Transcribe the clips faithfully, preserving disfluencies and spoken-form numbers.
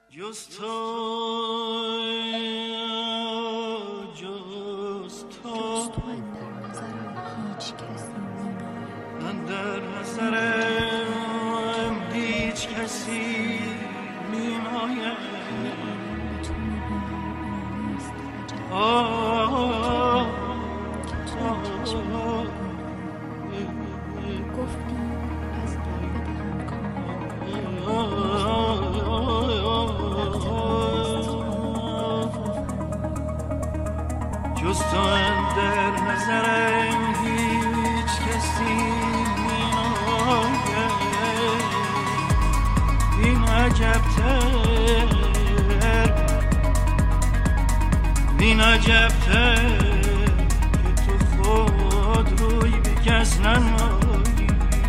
جز تو جز تو من در نظرم هیچ کسی می ناید. جز تو در نظرم هیچ کسی می ناید. این عجبتر این عجبتر که تو خود روی به کس ننمایی.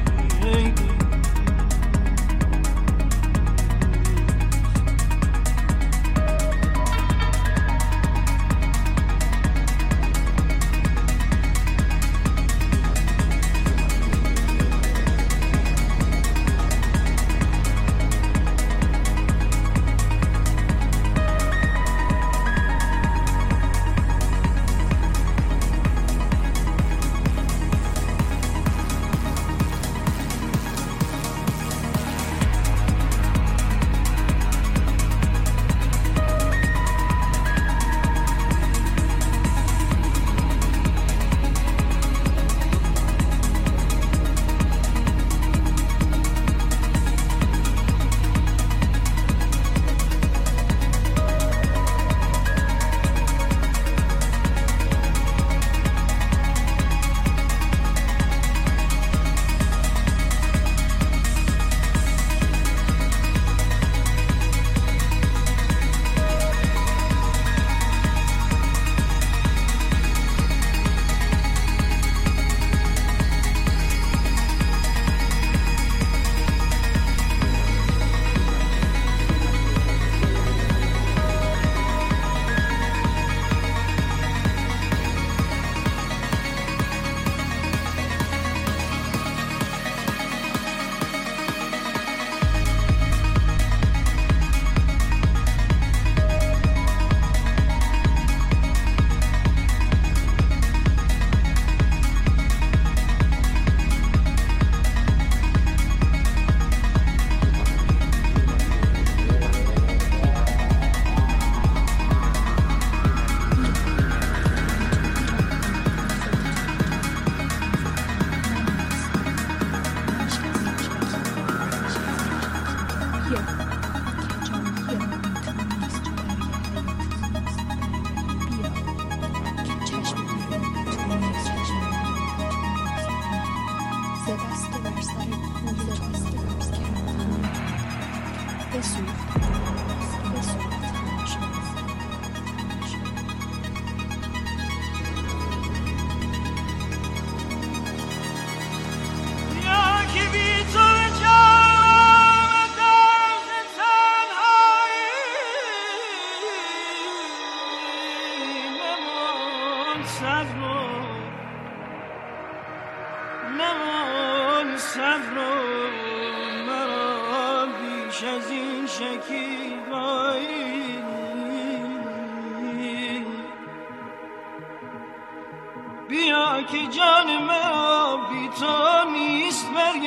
بیا که جان مرا بی تو نیست برگ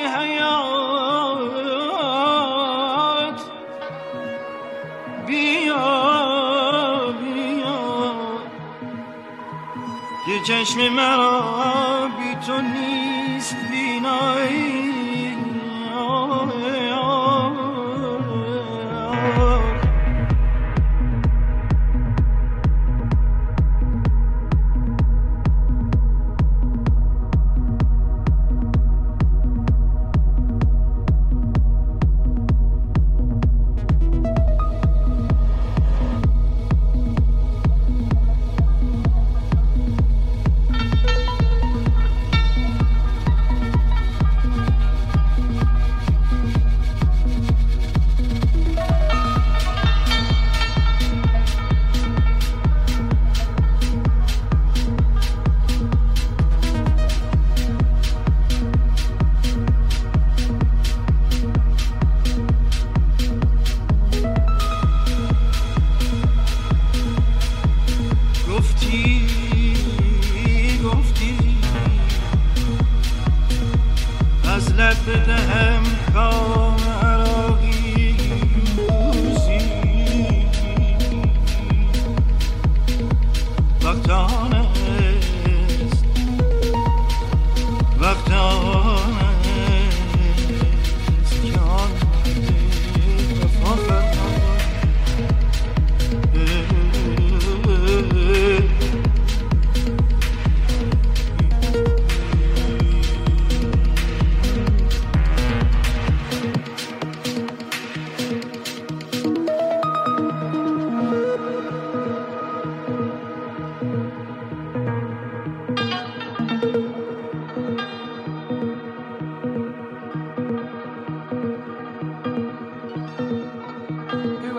حیات. بیا بیا که چشم مرا بی تو نیست بینایی.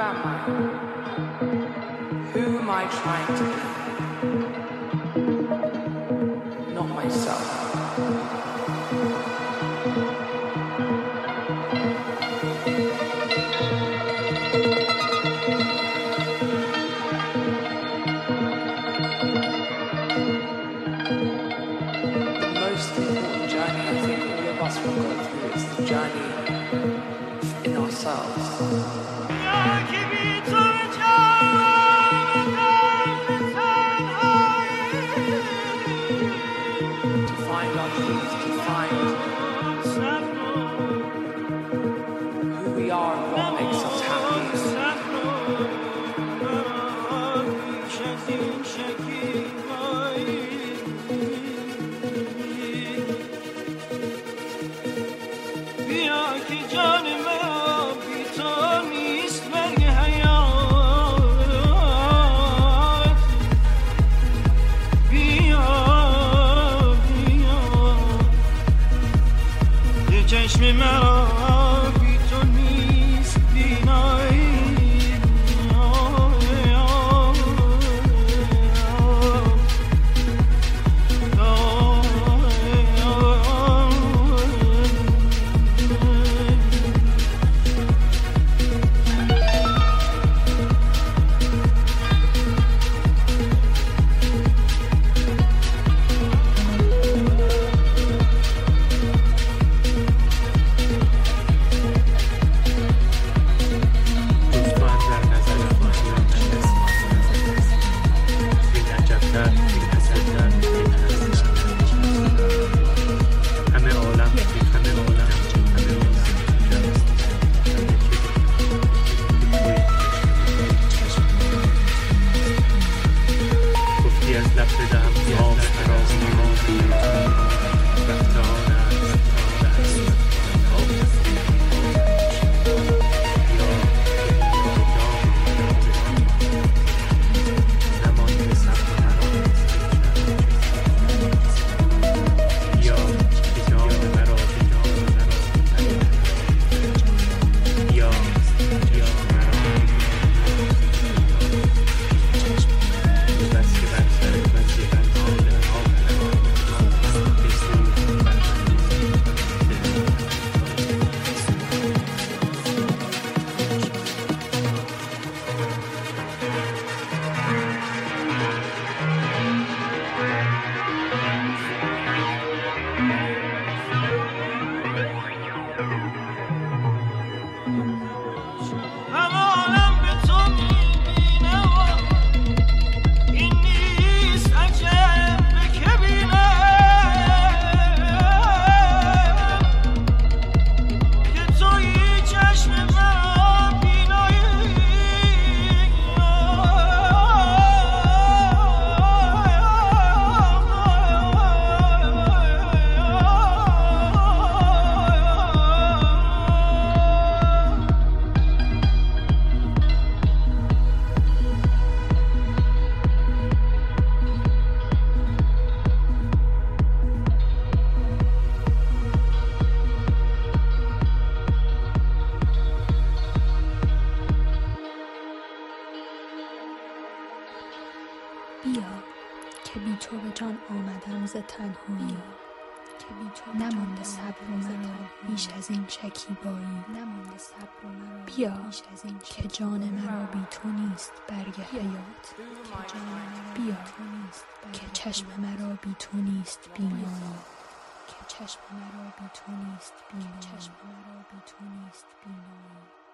am I? Who am I trying to be? Not myself. The most important journey I think all of us will go through is the journey in ourselves. To find our truth, to find who we are and what makes us happy. چشم مرا بی تو نیست بینایی بیا که بی تو به جان آمدم ز تنهایی، که بی تو نمانده صبر مرا بیش از این شکیبایی، نمانده صبر مرا بیا بیش از این که جان مرا بی تو نیست برگ حیات، بیا که چشم مرا بی تو نیست بینایی، که چشم مرا بی تو نیست بینایی، چشم مرا بی تو نیست بینایی.